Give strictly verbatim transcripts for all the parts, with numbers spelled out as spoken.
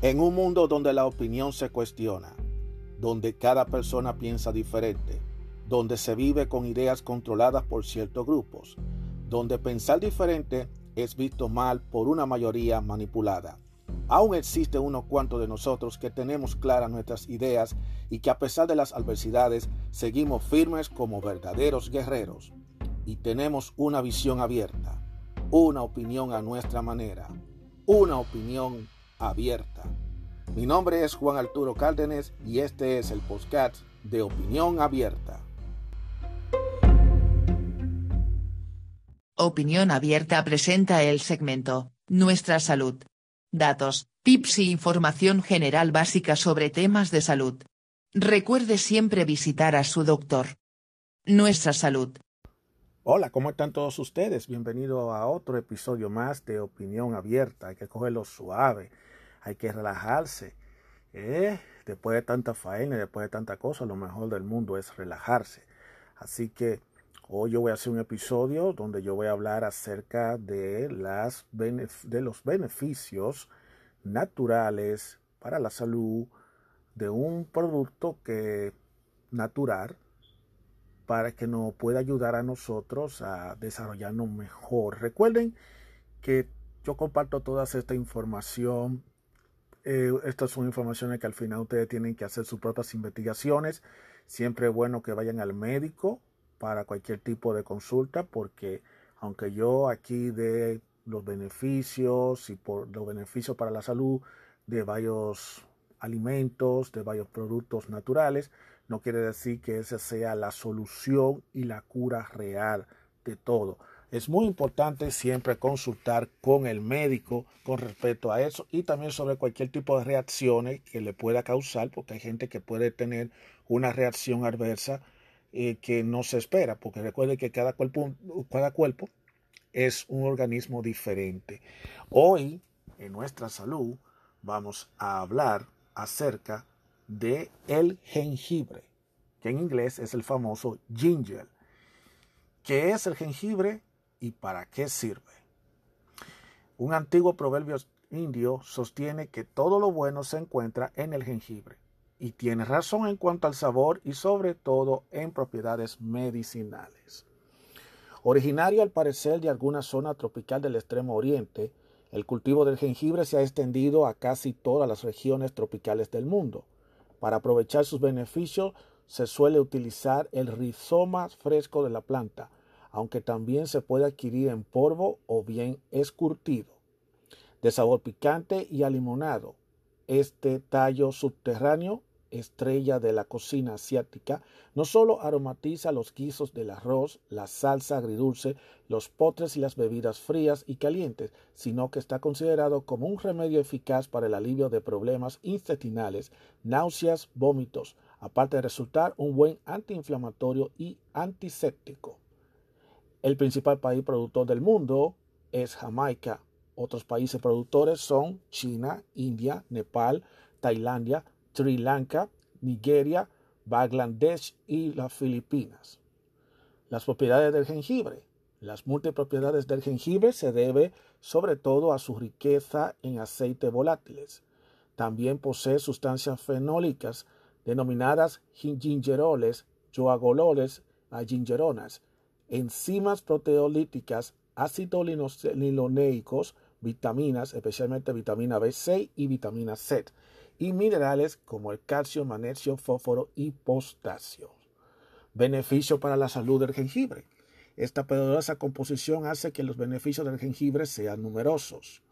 En un mundo donde la opinión se cuestiona, donde cada persona piensa diferente, donde se vive con ideas controladas por ciertos grupos, donde pensar diferente es visto mal por una mayoría manipulada. Aún existe unos cuantos de nosotros que tenemos claras nuestras ideas y que a pesar de las adversidades seguimos firmes como verdaderos guerreros. Y tenemos una visión abierta, una opinión a nuestra manera, una opinión abierta. Mi nombre es Juan Arturo Cárdenas y este es el podcast de Opinión Abierta. Opinión Abierta presenta el segmento Nuestra Salud. Datos, tips y información general básica sobre temas de salud. Recuerde siempre visitar a su doctor. Nuestra Salud. Hola, ¿cómo están todos ustedes? Bienvenido a otro episodio más de Opinión Abierta. Hay que cogerlo suave, hay que relajarse. Eh, después de tanta faena, después de tanta cosa, lo mejor del mundo es relajarse. Así que hoy yo voy a hacer un episodio donde yo voy a hablar acerca de, las benef- de los beneficios naturales para la salud de un producto que natural para que nos pueda ayudar a nosotros a desarrollarnos mejor. Recuerden que yo comparto toda esta información. Eh, estas son informaciones que al final ustedes tienen que hacer sus propias investigaciones. Siempre es bueno que vayan al médico para cualquier tipo de consulta, porque aunque yo aquí dé los beneficios y por los beneficios para la salud de varios alimentos, de varios productos naturales, no quiere decir que esa sea la solución y la cura real de todo. Es muy importante siempre consultar con el médico con respecto a eso y también sobre cualquier tipo de reacciones que le pueda causar, porque hay gente que puede tener una reacción adversa eh, que no se espera, porque recuerde que cada cuerpo, cada cuerpo es un organismo diferente. Hoy, en nuestra salud, vamos a hablar acerca de el jengibre, que en inglés es el famoso ginger. ¿Qué es el jengibre y para qué sirve? Un antiguo proverbio indio sostiene que todo lo bueno se encuentra en el jengibre, y tiene razón en cuanto al sabor y sobre todo en propiedades medicinales. Originario al parecer de alguna zona tropical del extremo oriente, el cultivo del jengibre se ha extendido a casi todas las regiones tropicales del mundo. Para aprovechar sus beneficios se suele utilizar el rizoma fresco de la planta, aunque también se puede adquirir en polvo o bien escurtido. De sabor picante y alimonado, este tallo subterráneo, estrella de la cocina asiática, no solo aromatiza los guisos del arroz, la salsa agridulce, los postres y las bebidas frías y calientes, sino que está considerado como un remedio eficaz para el alivio de problemas intestinales, náuseas, vómitos, aparte de resultar un buen antiinflamatorio y antiséptico. El principal país productor del mundo es Jamaica. Otros países productores son China, India, Nepal, Tailandia, Sri Lanka, Nigeria, Bangladesh y las Filipinas. Las propiedades del jengibre. Las multipropiedades del jengibre se debe sobre todo a su riqueza en aceites volátiles. También posee sustancias fenólicas denominadas gingeroles, yoagololes, gingeronas, enzimas proteolíticas, ácidos linoleicos, vitaminas, especialmente vitamina B seis y vitamina C, y minerales como el calcio, magnesio, fósforo y potasio. Beneficio para la salud del jengibre. Esta poderosa composición hace que los beneficios del jengibre sean numerosos.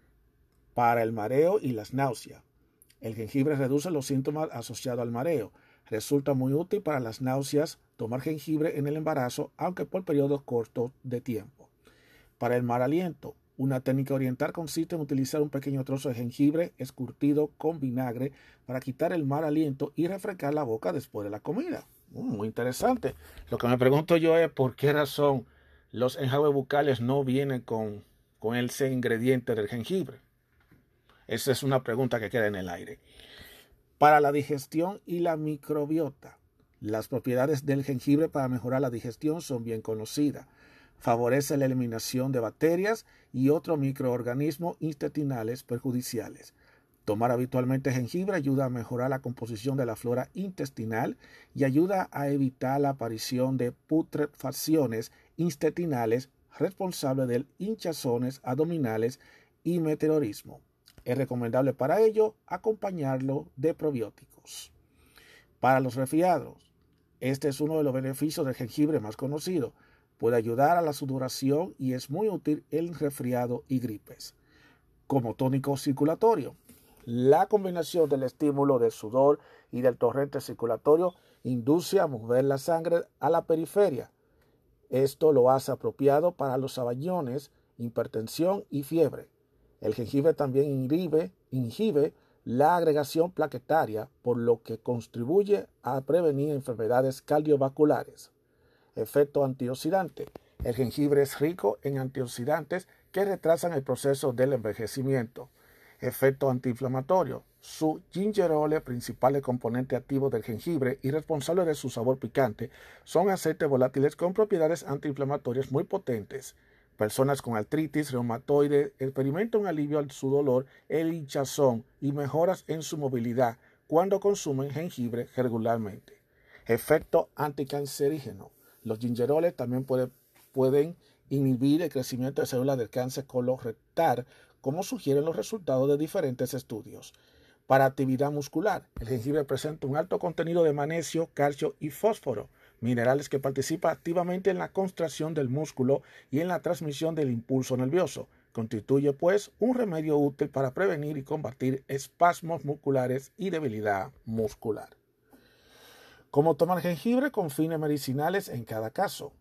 Para el mareo y las náuseas. El jengibre reduce los síntomas asociados al mareo. Resulta muy útil para las náuseas tomar jengibre en el embarazo, aunque por periodos cortos de tiempo. Para el mal aliento, una técnica oriental consiste en utilizar un pequeño trozo de jengibre escurtido con vinagre para quitar el mal aliento y refrescar la boca después de la comida. Mm, muy interesante. Lo que me pregunto yo es por qué razón los enjuagues bucales no vienen con, con ese ingrediente del jengibre. Esa es una pregunta que queda en el aire. Para la digestión y la microbiota. Las propiedades del jengibre para mejorar la digestión son bien conocidas. Favorece la eliminación de bacterias y otros microorganismos intestinales perjudiciales. Tomar habitualmente jengibre ayuda a mejorar la composición de la flora intestinal y ayuda a evitar la aparición de putrefacciones intestinales responsables de hinchazones abdominales y meteorismo. Es recomendable para ello acompañarlo de probióticos. Para los resfriados, este es uno de los beneficios del jengibre más conocido. Puede ayudar a la sudoración y es muy útil en resfriado y gripes. Como tónico circulatorio, la combinación del estímulo del sudor y del torrente circulatorio induce a mover la sangre a la periferia. Esto lo hace apropiado para los sabañones, hipertensión y fiebre. El jengibre también inhibe, inhibe la agregación plaquetaria, por lo que contribuye a prevenir enfermedades cardiovasculares. Efecto antioxidante. El jengibre es rico en antioxidantes que retrasan el proceso del envejecimiento. Efecto antiinflamatorio. Su gingerol, principal componente activo del jengibre y responsable de su sabor picante, son aceites volátiles con propiedades antiinflamatorias muy potentes. Personas con artritis reumatoide experimentan un alivio a su dolor, el hinchazón y mejoras en su movilidad cuando consumen jengibre regularmente. Efecto anticancerígeno. Los gingeroles también puede, pueden inhibir el crecimiento de células del cáncer colorectal, como sugieren los resultados de diferentes estudios. Para actividad muscular, el jengibre presenta un alto contenido de magnesio, calcio y fósforo, minerales que participan activamente en la contracción del músculo y en la transmisión del impulso nervioso. Constituye, pues, un remedio útil para prevenir y combatir espasmos musculares y debilidad muscular. ¿Cómo tomar jengibre con fines medicinales en cada caso?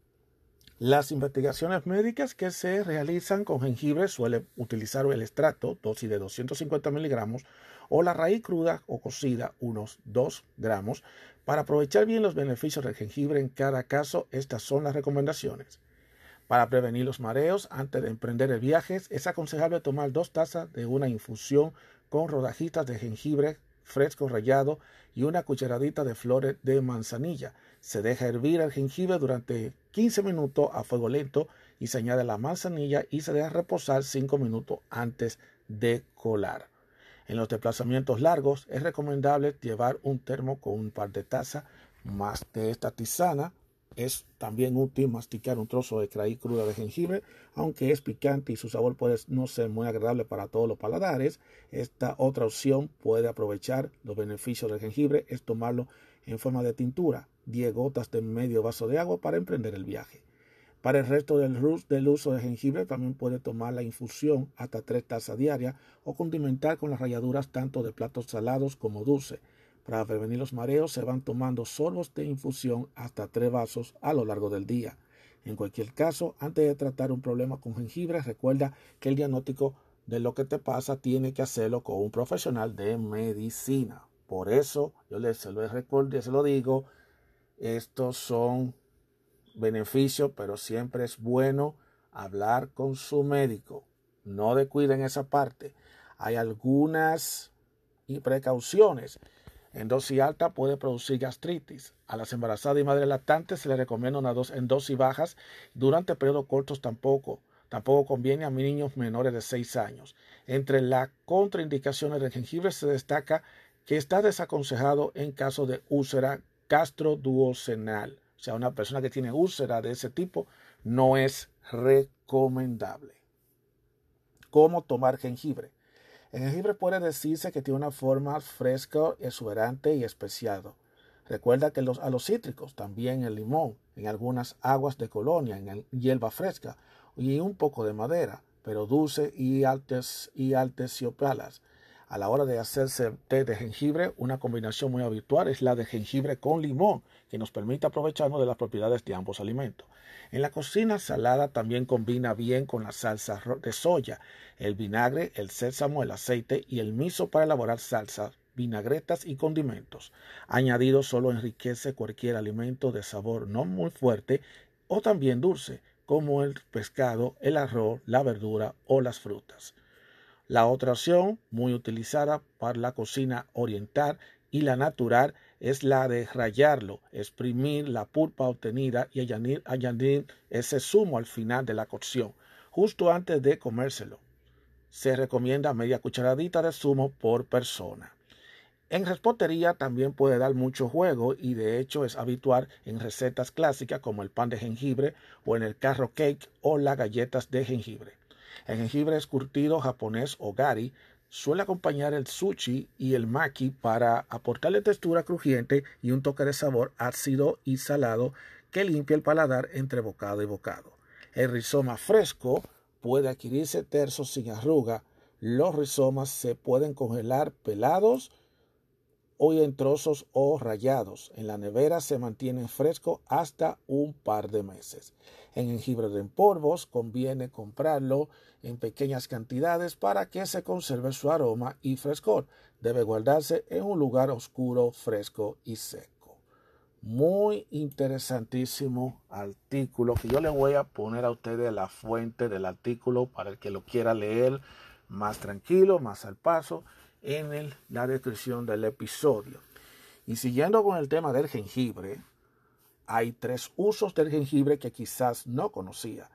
Las investigaciones médicas que se realizan con jengibre suelen utilizar el extracto, dosis de doscientos cincuenta miligramos, o la raíz cruda o cocida, unos dos gramos. Para aprovechar bien los beneficios del jengibre en cada caso, estas son las recomendaciones. Para prevenir los mareos, antes de emprender el viaje, es aconsejable tomar dos tazas de una infusión con rodajitas de jengibre fresco rallado y una cucharadita de flores de manzanilla. Se deja hervir el jengibre durante quince minutos a fuego lento y se añade la manzanilla y se deja reposar cinco minutos antes de colar. En los desplazamientos largos es recomendable llevar un termo con un par de tazas más de esta tisana. Es también útil masticar un trozo de raíz cruda de jengibre, aunque es picante y su sabor puede no ser muy agradable para todos los paladares. Esta otra opción puede aprovechar los beneficios del jengibre, es tomarlo en forma de tintura, diez gotas de medio vaso de agua para emprender el viaje. Para el resto del, del uso de jengibre también puede tomar la infusión hasta tres tazas diarias o condimentar con las ralladuras tanto de platos salados como dulces. Para prevenir los mareos se van tomando sorbos de infusión hasta tres vasos a lo largo del día. En cualquier caso, antes de tratar un problema con jengibre, recuerda que el diagnóstico de lo que te pasa tiene que hacerlo con un profesional de medicina. Por eso yo les se lo recuerdo, se lo digo, estos son beneficios, pero siempre es bueno hablar con su médico. No descuiden esa parte. Hay algunas precauciones. En dosis alta puede producir gastritis. A las embarazadas y madres lactantes se les recomienda una dosis en dosis bajas. Durante periodos cortos tampoco. Tampoco conviene a niños menores de seis años. Entre las contraindicaciones del jengibre se destaca que está desaconsejado en caso de úlcera gastroduodenal. O sea, una persona que tiene úlcera de ese tipo no es recomendable. ¿Cómo tomar jengibre? El jengibre puede decirse que tiene una forma fresca, exuberante y especiado. Recuerda que los, a los cítricos, también el limón, en algunas aguas de colonia, en el, hierba fresca y un poco de madera, pero dulce y, altes, y alteciopalas. A la hora de hacerse té de jengibre, una combinación muy habitual es la de jengibre con limón, que nos permite aprovecharnos de las propiedades de ambos alimentos. En la cocina salada también combina bien con la salsa de soya, el vinagre, el sésamo, el aceite y el miso para elaborar salsas, vinagretas y condimentos. Añadido solo enriquece cualquier alimento de sabor no muy fuerte o también dulce, como el pescado, el arroz, la verdura o las frutas. La otra opción, muy utilizada para la cocina oriental y la natural, es la de rallarlo, exprimir la pulpa obtenida y añadir, añadir ese zumo al final de la cocción, justo antes de comérselo. Se recomienda media cucharadita de zumo por persona. En repostería también puede dar mucho juego y de hecho es habitual en recetas clásicas como el pan de jengibre o en el carrot cake o las galletas de jengibre. El jengibre escurtido japonés o gari suele acompañar el sushi y el maki para aportarle textura crujiente y un toque de sabor ácido y salado que limpia el paladar entre bocado y bocado. El rizoma fresco puede adquirirse terso sin arruga. Los rizomas se pueden congelar pelados o en trozos o rallados. En la nevera se mantienen frescos hasta un par de meses. En jengibre en polvos conviene comprarlo en pequeñas cantidades para que se conserve su aroma y frescor. Debe guardarse en un lugar oscuro, fresco y seco. Muy interesantísimo artículo que yo le voy a poner a ustedes la fuente del artículo para el que lo quiera leer más tranquilo, más al paso, en el, la descripción del episodio. Y siguiendo con el tema del jengibre, hay tres usos del jengibre que quizás no conocía.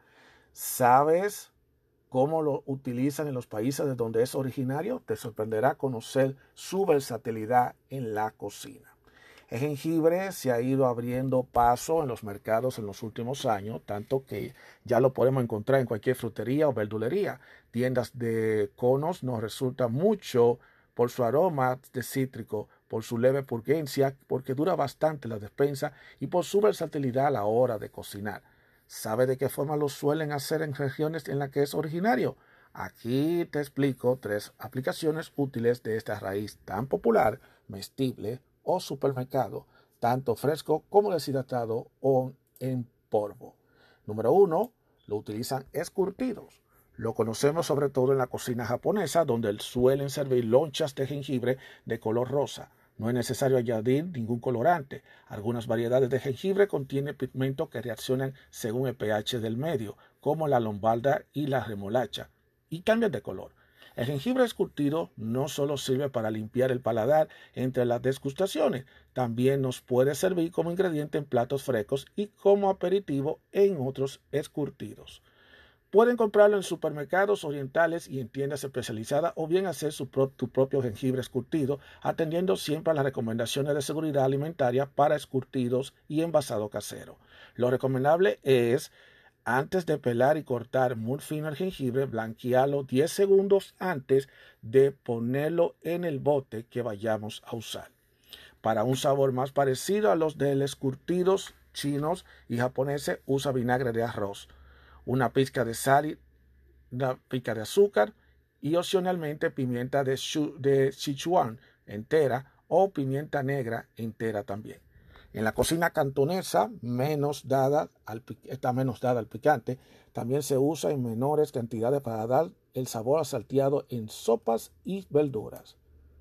¿Sabes cómo lo utilizan en los países de donde es originario? Te sorprenderá conocer su versatilidad en la cocina. El jengibre se ha ido abriendo paso en los mercados en los últimos años, tanto que ya lo podemos encontrar en cualquier frutería o verdulería. Tiendas de conos nos resulta mucho por su aroma de cítrico, por su leve purgencia, porque dura bastante la despensa y por su versatilidad a la hora de cocinar. ¿Sabe de qué forma lo suelen hacer en regiones en las que es originario? Aquí te explico tres aplicaciones útiles de esta raíz tan popular, mestible o supermercado, tanto fresco como deshidratado o en polvo. Número uno, lo utilizan escurtidos. Lo conocemos sobre todo en la cocina japonesa, donde suelen servir lonchas de jengibre de color rosa. No es necesario añadir ningún colorante. Algunas variedades de jengibre contienen pigmentos que reaccionan según el pH del medio, como la lombarda y la remolacha, y cambian de color. El jengibre escurtido no solo sirve para limpiar el paladar entre las degustaciones, también nos puede servir como ingrediente en platos frescos y como aperitivo en otros escurtidos. Pueden comprarlo en supermercados orientales y en tiendas especializadas o bien hacer su pro tu propio jengibre escurtido, atendiendo siempre a las recomendaciones de seguridad alimentaria para escurtidos y envasado casero. Lo recomendable es, antes de pelar y cortar muy fino el jengibre, blanquearlo diez segundos antes de ponerlo en el bote que vayamos a usar. Para un sabor más parecido a los de los escurtidos chinos y japoneses, usa vinagre de arroz, una pizca de sal y una pizca de azúcar y opcionalmente pimienta de, de Sichuan entera o pimienta negra entera también. En la cocina cantonesa, menos dada al, está menos dada al picante, también se usa en menores cantidades para dar el sabor a salteado en sopas y verduras.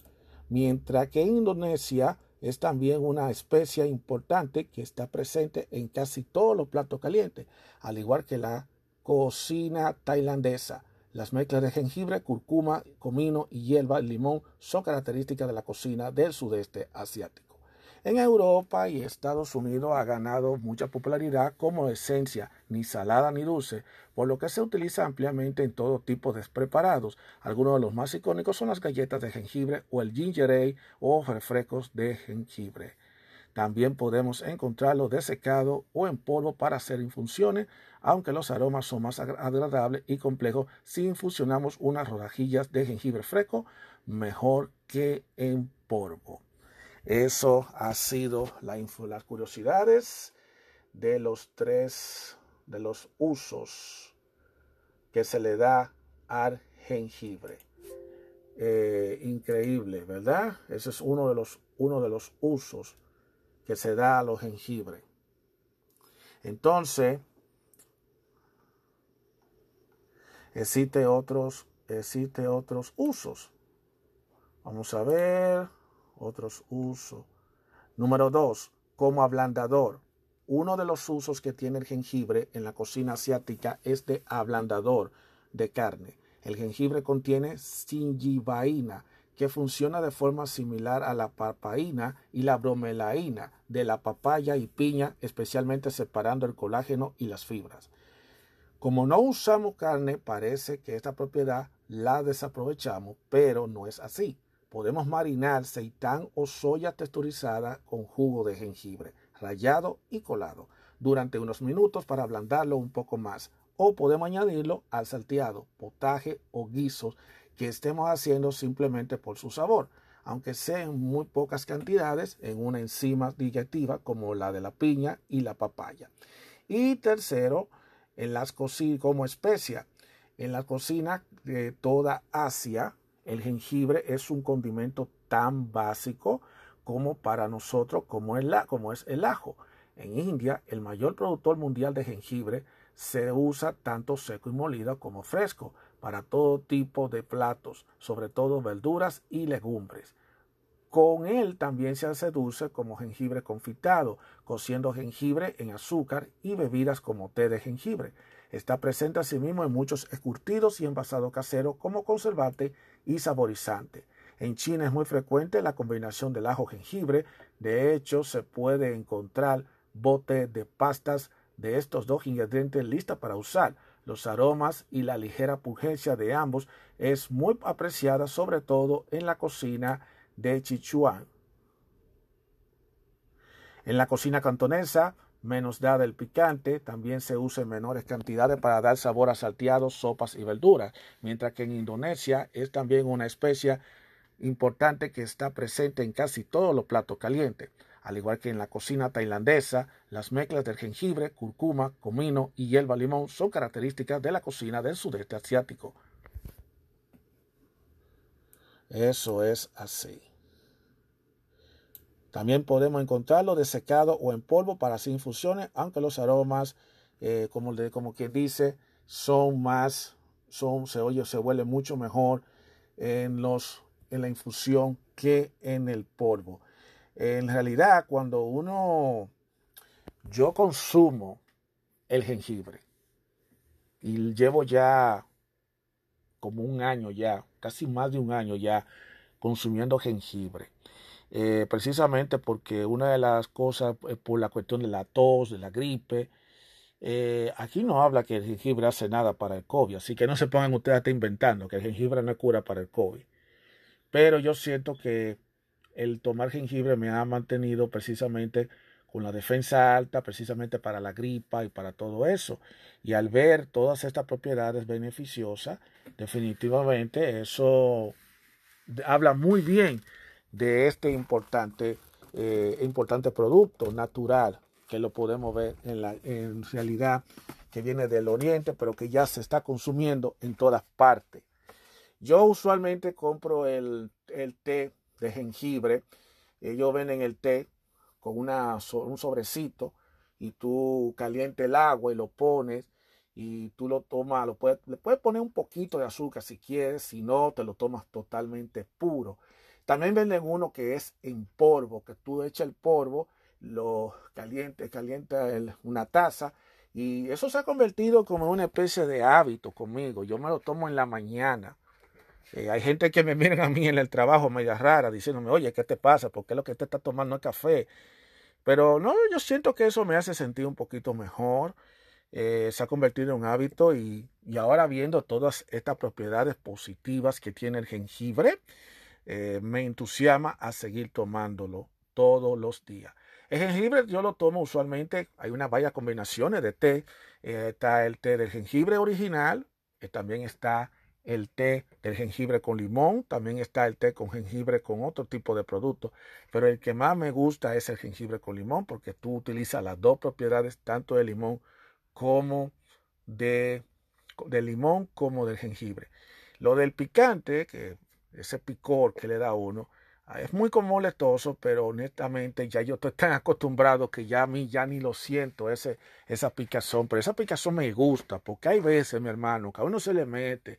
Mientras que en Indonesia es también una especia importante que está presente en casi todos los platos calientes, al igual que la cocina tailandesa. Las mezclas de jengibre, cúrcuma, comino y hierba y limón son características de la cocina del sudeste asiático. En Europa y Estados Unidos ha ganado mucha popularidad como esencia, ni salada ni dulce, por lo que se utiliza ampliamente en todo tipo de preparados. Algunos de los más icónicos son las galletas de jengibre o el ginger ale o refrescos de jengibre. También podemos encontrarlo desecado o en polvo para hacer infusiones, aunque los aromas son más agradables y complejos si infusionamos unas rodajillas de jengibre fresco, mejor que en polvo. Eso ha sido la info, las curiosidades de los tres de los usos que se le da al jengibre. Eh, increíble, ¿verdad? Ese es uno de los uno de los usos que se da a los jengibre. Entonces, existe otros, existe otros usos. Vamos a ver otros usos. Número dos, como ablandador. Uno de los usos que tiene el jengibre en la cocina asiática es de ablandador de carne. El jengibre contiene gingibaína, que funciona de forma similar a la papaína y la bromelaína de la papaya y piña, especialmente separando el colágeno y las fibras. Como no usamos carne, parece que esta propiedad la desaprovechamos, pero no es así. Podemos marinar seitán o soya texturizada con jugo de jengibre, rallado y colado, durante unos minutos para ablandarlo un poco más. O podemos añadirlo al salteado, potaje o guisos que estemos haciendo simplemente por su sabor, aunque sea en muy pocas cantidades, en una enzima digestiva como la de la piña y la papaya. Y tercero, en las cocinas como especia. En la cocina de toda Asia, el jengibre es un condimento tan básico como para nosotros como es, la, como es el ajo. En India, el mayor productor mundial de jengibre, se usa tanto seco y molido como fresco para todo tipo de platos, sobre todo verduras y legumbres. Con él también se hace dulce como jengibre confitado, cociendo jengibre en azúcar y bebidas como té de jengibre. Está presente asimismo en muchos encurtidos y envasados caseros como conservante y saborizante. En China es muy frecuente la combinación del ajo-jengibre. De hecho, se puede encontrar botes de pastas de estos dos ingredientes listas para usar. Los aromas y la ligera pungencia de ambos es muy apreciada, sobre todo en la cocina de Sichuan. En la cocina cantonesa, menos dada el picante, también se usa en menores cantidades para dar sabor a salteados, sopas y verduras, mientras que en Indonesia es también una especia importante que está presente en casi todos los platos calientes. Al igual que en la cocina tailandesa, las mezclas del jengibre, cúrcuma, comino y hierba limón son características de la cocina del sudeste asiático. Eso es así. También podemos encontrarlo desecado o en polvo para hacer infusiones, aunque los aromas, eh, como, de, como quien dice, son más, son, se oye, se huele mucho mejor en, los, en la infusión que en el polvo. En realidad, cuando uno, yo consumo el jengibre y llevo ya como un año ya, casi más de un año ya consumiendo jengibre. Eh, precisamente porque una de las cosas, eh, por la cuestión de la tos, de la gripe, eh, aquí no habla que el jengibre hace nada para el COVID, así que no se pongan ustedes a estar inventando que el jengibre no es cura para el COVID. Pero yo siento que el tomar jengibre me ha mantenido precisamente con la defensa alta, precisamente para la gripa y para todo eso. Y al ver todas estas propiedades beneficiosas, definitivamente eso habla muy bien de este importante, eh, importante producto natural que lo podemos ver en, la, en realidad que viene del oriente, pero que ya se está consumiendo en todas partes. Yo usualmente compro el, el té de jengibre. Ellos venden el té con una, un sobrecito y tú calientes el agua y lo pones y tú lo tomas, lo puedes, le puedes poner un poquito de azúcar si quieres, si no te lo tomas totalmente puro. También venden uno que es en polvo, que tú echas el polvo, lo caliente, calienta el, una taza y eso se ha convertido como una especie de hábito conmigo. Yo me lo tomo en la mañana. Eh, hay gente que me miran a mí en el trabajo media rara diciéndome, oye, ¿qué te pasa? ¿Por qué lo que te está tomando es café? Pero no, yo siento que eso me hace sentir un poquito mejor. Eh, se ha convertido en un hábito y, y ahora viendo todas estas propiedades positivas que tiene el jengibre, eh, me entusiasma a seguir tomándolo todos los días. El jengibre yo lo tomo usualmente, hay unas varias combinaciones de té. Eh, está el té del jengibre original, eh, también está el té del jengibre con limón, también está el té con jengibre con otro tipo de productos, pero el que más me gusta es el jengibre con limón porque tú utilizas las dos propiedades, tanto de limón como de, de limón como del jengibre. Lo del picante, que ese picor que le da a uno, es muy molestoso, pero honestamente ya yo estoy tan acostumbrado que ya a mí ya ni lo siento ese, esa picazón, pero esa picazón me gusta, porque hay veces, mi hermano, que a uno se le mete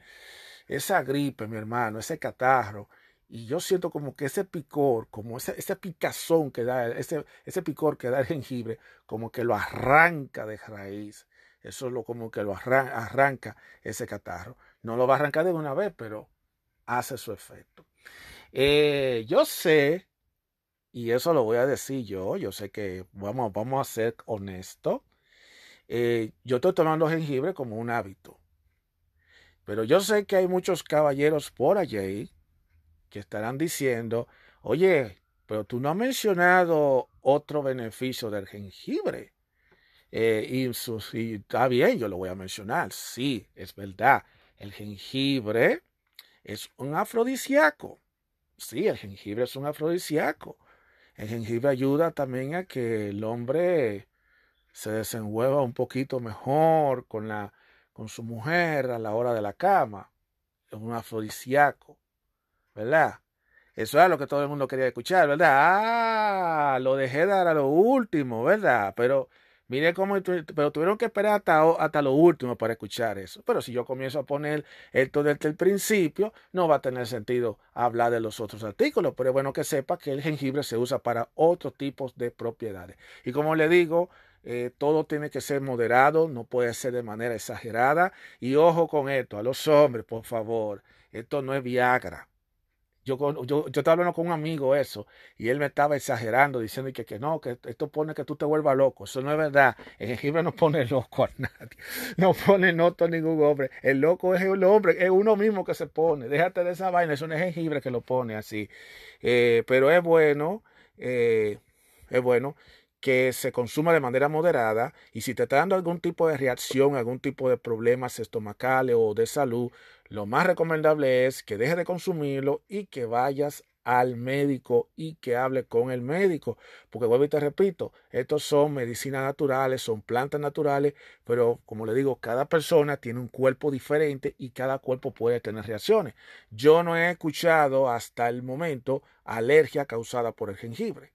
esa gripe, mi hermano, ese catarro, y yo siento como que ese picor, como ese, ese picazón que da, ese, ese picor que da el jengibre, como que lo arranca de raíz. Eso es lo como que lo arranca, arranca ese catarro. No lo va a arrancar de una vez, pero hace su efecto. Eh, yo sé, y eso lo voy a decir yo, yo sé que vamos, vamos a ser honestos. Eh, yo estoy tomando jengibre como un hábito. Pero yo sé que hay muchos caballeros por allí que estarán diciendo, oye, pero tú no has mencionado otro beneficio del jengibre. Eh, y, sus, y está bien, yo lo voy a mencionar. Sí, es verdad. El jengibre es un afrodisíaco. Sí, el jengibre es un afrodisíaco. El jengibre ayuda también a que el hombre se desenvuelva un poquito mejor con, la, con su mujer a la hora de la cama. Es un afrodisíaco, ¿verdad? Eso es lo que todo el mundo quería escuchar, ¿verdad? Ah, lo dejé dar a lo último, ¿verdad? Pero mire cómo, pero tuvieron que esperar hasta, hasta lo último para escuchar eso. Pero si yo comienzo a poner esto desde el principio, no va a tener sentido hablar de los otros artículos. Pero es bueno que sepa que el jengibre se usa para otros tipos de propiedades. Y como le digo, eh, todo tiene que ser moderado, no puede ser de manera exagerada. Y ojo con esto, a los hombres, por favor, esto no es Viagra. Yo, yo, yo estaba hablando con un amigo eso y él me estaba exagerando diciendo que, que no, que esto pone que tú te vuelvas loco. Eso no es verdad. El jengibre no pone loco a nadie. No pone noto a ningún hombre. El loco es el hombre, es uno mismo que se pone. Déjate de esa vaina, eso no es jengibre que lo pone así. Eh, pero es bueno, eh, es bueno que se consuma de manera moderada y si te está dando algún tipo de reacción, algún tipo de problemas estomacales o de salud, lo más recomendable es que dejes de consumirlo y que vayas al médico y que hable con el médico. Porque vuelvo y te repito, estos son medicinas naturales, son plantas naturales, pero como le digo, cada persona tiene un cuerpo diferente y cada cuerpo puede tener reacciones. Yo no he escuchado hasta el momento alergia causada por el jengibre.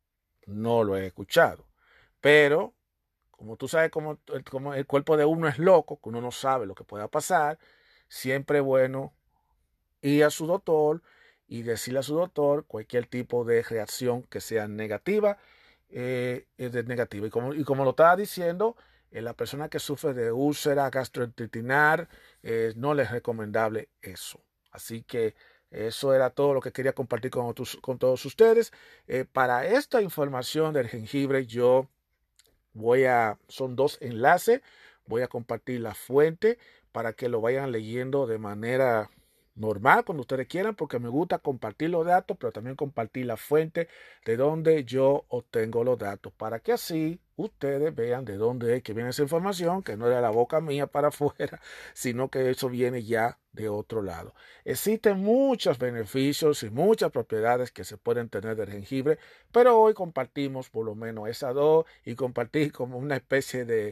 No lo he escuchado. Pero, como tú sabes cómo, cómo el cuerpo de uno es loco, que uno no sabe lo que pueda pasar, siempre es bueno ir a su doctor y decirle a su doctor cualquier tipo de reacción que sea negativa, eh, es negativa. Y como, y como lo estaba diciendo, eh, la persona que sufre de úlcera gastrointestinal, eh, no les es recomendable eso. Así que eso era todo lo que quería compartir con, otros, con todos ustedes. Eh, para esta información del jengibre, yo voy a, son dos enlaces, voy a compartir la fuente para que lo vayan leyendo de manera normal cuando ustedes quieran, porque me gusta compartir los datos, pero también compartir la fuente de donde yo obtengo los datos, para que así ustedes vean de dónde es que viene esa información, que no es de la boca mía para afuera, sino que eso viene ya de otro lado. Existen muchos beneficios y muchas propiedades que se pueden tener del jengibre, pero hoy compartimos por lo menos esas dos y compartir como una especie de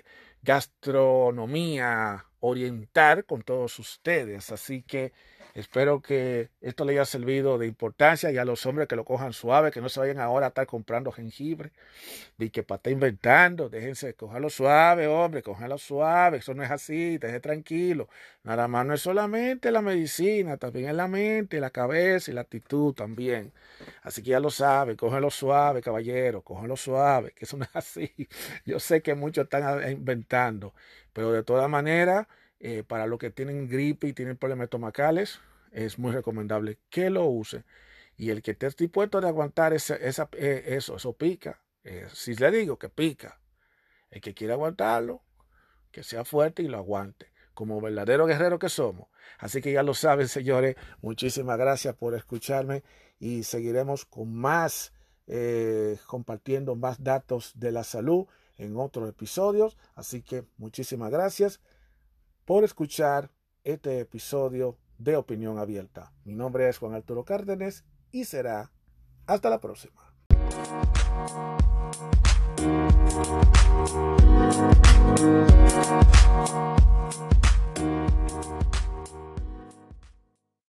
gastronomía oriental con todos ustedes. Así que espero que esto les haya servido de importancia y a los hombres que lo cojan suave, que no se vayan ahora a estar comprando jengibre y que para estar inventando, déjense, cogerlo suave, hombre, cogerlo suave, eso no es así, déjense tranquilo. Nada más no es solamente la medicina, también es la mente, la cabeza y la actitud también. Así que ya lo saben, cógenlo suave, caballero, cógenlo suave, que eso no es así. Yo sé que muchos están inventando, pero de todas maneras, eh, para los que tienen gripe y tienen problemas estomacales, es muy recomendable que lo use. Y el que esté dispuesto a aguantar esa, esa, eh, eso, eso pica. Eh, si le digo que pica, el que quiera aguantarlo, que sea fuerte y lo aguante, como verdadero guerrero que somos. Así que ya lo saben, señores, muchísimas gracias por escucharme y seguiremos con más, eh, compartiendo más datos de la salud en otros episodios. Así que muchísimas gracias por escuchar este episodio de Opinión Abierta. Mi nombre es Juan Arturo Cárdenas y será hasta la próxima. Thank you.